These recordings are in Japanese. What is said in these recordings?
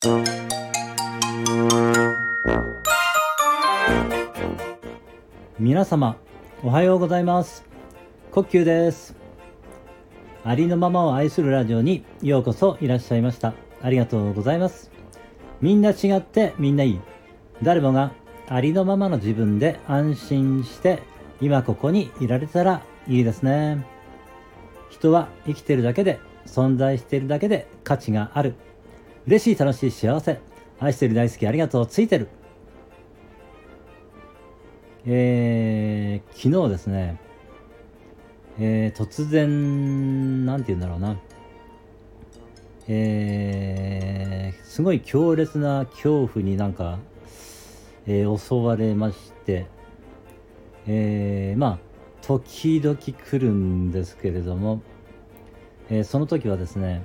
皆様おはようございます。コッキューです。ありのままを愛するラジオにようこそいらっしゃいました。ありがとうございます。みんな違ってみんないい。誰もがありのままの自分で安心して今ここにいられたらいいですね。人は生きてるだけで、存在しているだけで価値がある。嬉しい、楽しい、幸せ、愛してる、大好き、ありがとう、ついてる。昨日ですね、突然なんて言うんだろうな、すごい強烈な恐怖に襲われまして、時々来るんですけれども、その時はですね、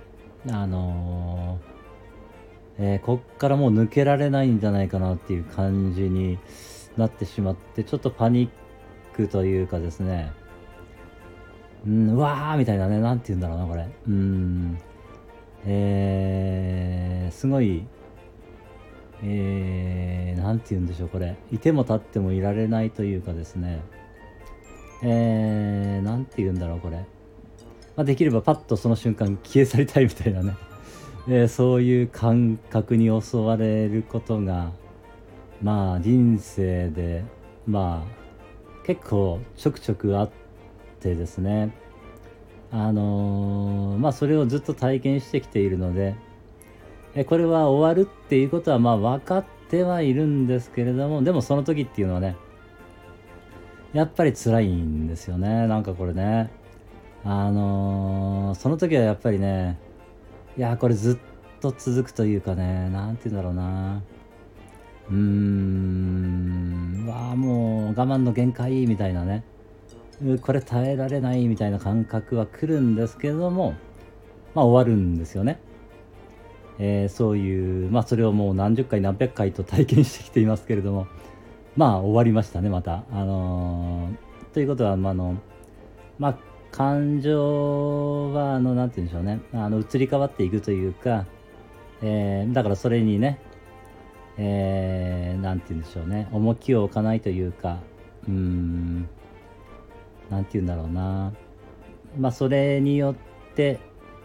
こっからもう抜けられないんじゃないかなっていう感じになってしまって、ちょっとパニックというかですね、うわーみたいなね、なんて言うんだろうな、これ。すごい、なんて言うんでしょう、これ。いても立ってもいられないというかですね、なんて言うんだろう、これ。できればパッとその瞬間消え去りたいみたいなね、そういう感覚に襲われることが、人生で、結構ちょくちょくあってですね、それをずっと体験してきているので、これは終わるっていうことは分かってはいるんですけれども、でもその時っていうのはね、やっぱり辛いんですよね。なんかこれね、その時はやっぱりね、いやこれずっと続くというかね、なんて言うんだろうな、もう我慢の限界みたいなね、これ耐えられないみたいな感覚は来るんですけれども、終わるんですよね。そういう、それをもう何十回何百回と体験してきていますけれども、終わりましたね、また。ということは、感情はなんて言うんでしょうね、移り変わっていくというか、だからそれにね、なんて言うんでしょうね、重きを置かないというか、なんて言うんだろうな、それによって、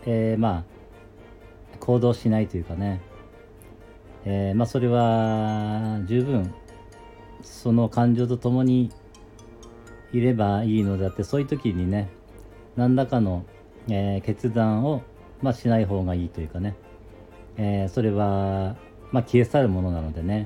行動しないというかね、それは十分その感情とともにいればいいのであって、そういう時にね、何らかの、決断を、しない方がいいというかね、それは、消え去るものなのでね、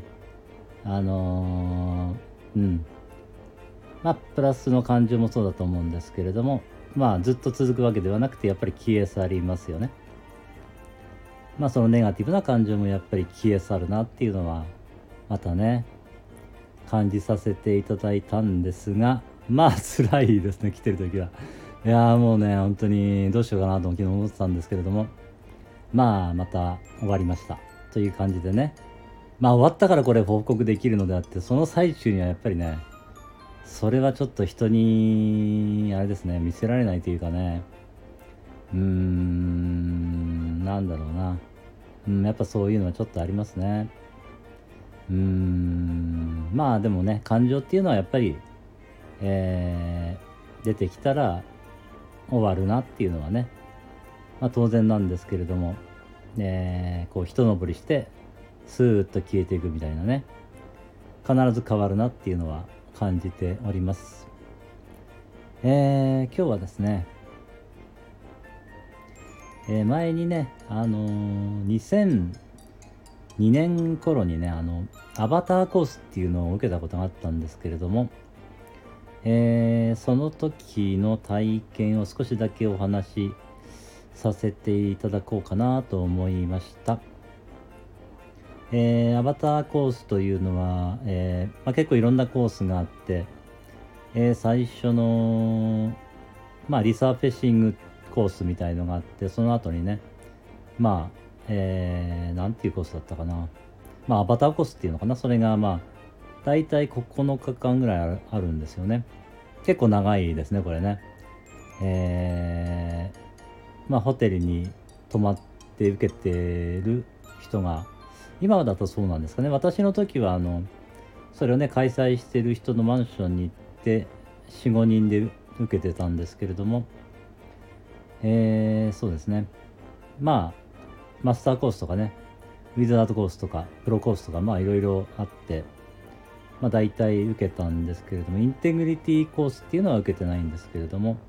プラスの感情もそうだと思うんですけれども、ずっと続くわけではなくて、やっぱり消え去りますよね。そのネガティブな感情もやっぱり消え去るなっていうのはまたね、感じさせていただいたんですが、辛いですね、来てる時は。いやもうね、本当にどうしようかなと昨日思ってたんですけれども、また終わりましたという感じでね、終わったからこれ報告できるのであって、その最中にはやっぱりね、それはちょっと人にあれですね、見せられないというかね、なんだろうな、やっぱそういうのはちょっとありますね。でもね、感情っていうのはやっぱり、出てきたら終わるなっていうのはね、当然なんですけれども、こう一登りしてスーッと消えていくみたいなね、必ず変わるなっていうのは感じております。今日はですね、前にね、2002年頃にね、アバターコースっていうのを受けたことがあったんですけれども、その時の体験を少しだけお話しさせていただこうかなと思いました。アバターコースというのは、結構いろんなコースがあって、最初の、リサーフェッシングコースみたいのがあって、その後にね、なんていうコースだったかな、アバターコースっていうのかな、それがだいたい9日間ぐらいあるんですよね。結構長いですね、これね。ホテルに泊まって受けてる人が今だとそうなんですかね。私の時はそれをね開催してる人のマンションに行って4、5人で受けてたんですけれども、そうですね。まあマスターコースとかね、ウィザードコースとかプロコースとか、まあいろいろあって、まあ大体受けたんですけれども、インテグリティコースっていうのは受けてないんですけれども、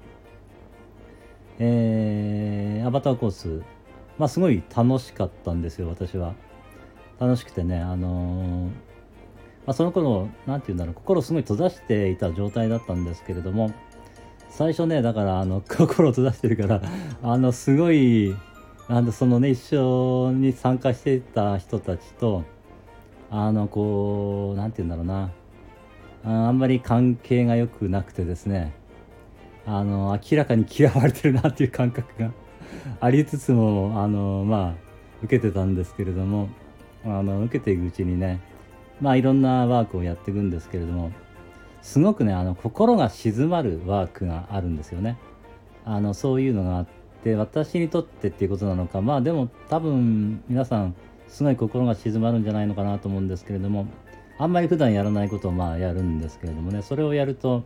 アバターコース、まあすごい楽しかったんですよ、私は。楽しくてね、その頃、なんていうんだろう、心をすごい閉ざしていた状態だったんですけれども、最初ね、だから心を閉ざしてるからすごいそのね一緒に参加していた人たちとこうなんていうんだろうな、あんまり関係が良くなくてですね、明らかに嫌われてるなっていう感覚がありつつも受けてたんですけれども、受けていくうちにね、いろんなワークをやっていくんですけれども、すごくね心が静まるワークがあるんですよね。そういうのがあって、私にとってっていうことなのか、でも多分皆さんすごい心が静まるんじゃないのかなと思うんですけれども、あんまり普段やらないことをやるんですけれどもね、それをやると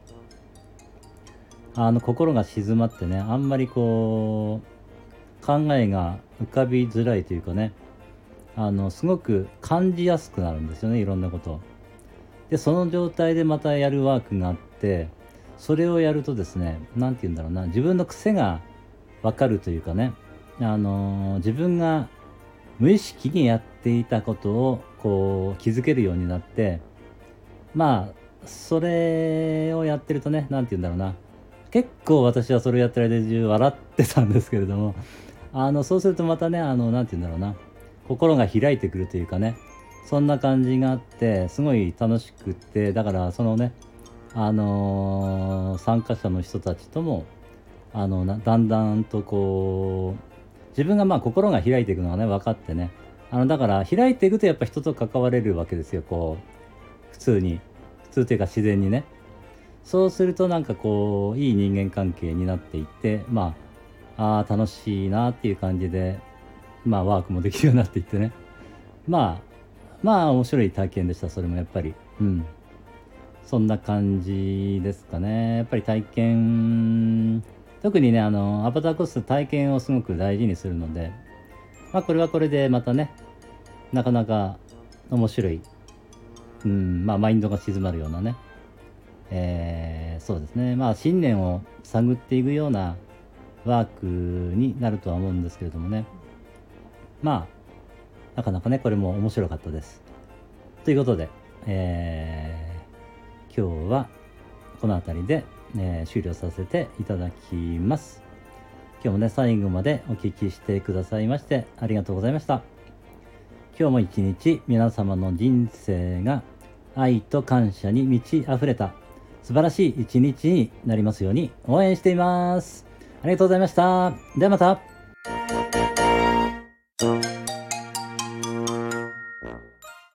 心が静まってね、あんまりこう考えが浮かびづらいというかね、すごく感じやすくなるんですよね、いろんなことを。でその状態でまたやるワークがあって、それをやるとですね、なんて言うんだろうな、自分の癖がわかるというかね、自分が無意識にやっていたことをこう気づけるようになって、それをやってるとね、なんて言うんだろうな、結構私はそれをやってる間中笑ってたんですけれども、そうするとまたね、なんて言うんだろうな、心が開いてくるというかね、そんな感じがあって、すごい楽しくって、だからそのね、参加者の人たちともだんだんとこう自分が心が開いていくのがね分かってね、だから開いていくとやっぱ人と関われるわけですよ。こう普通というか自然にね。そうするとなんかこういい人間関係になっていって、楽しいなっていう感じでワークもできるようになっていってね、面白い体験でした。それもやっぱりそんな感じですかね。やっぱり体験、特にねアバターコース体験をすごく大事にするので、これはこれでまたね、なかなか面白い、マインドが静まるようなね、そうですね、信念を探っていくようなワークになるとは思うんですけれどもね、なかなかねこれも面白かったです。ということで、今日はこの辺りで、終了させていただきます。今日もね最後までお聞きしてくださいましてありがとうございました。今日も一日皆様の人生が愛と感謝に満ち溢れた素晴らしい一日になりますように応援しています。ありがとうございました。ではまた。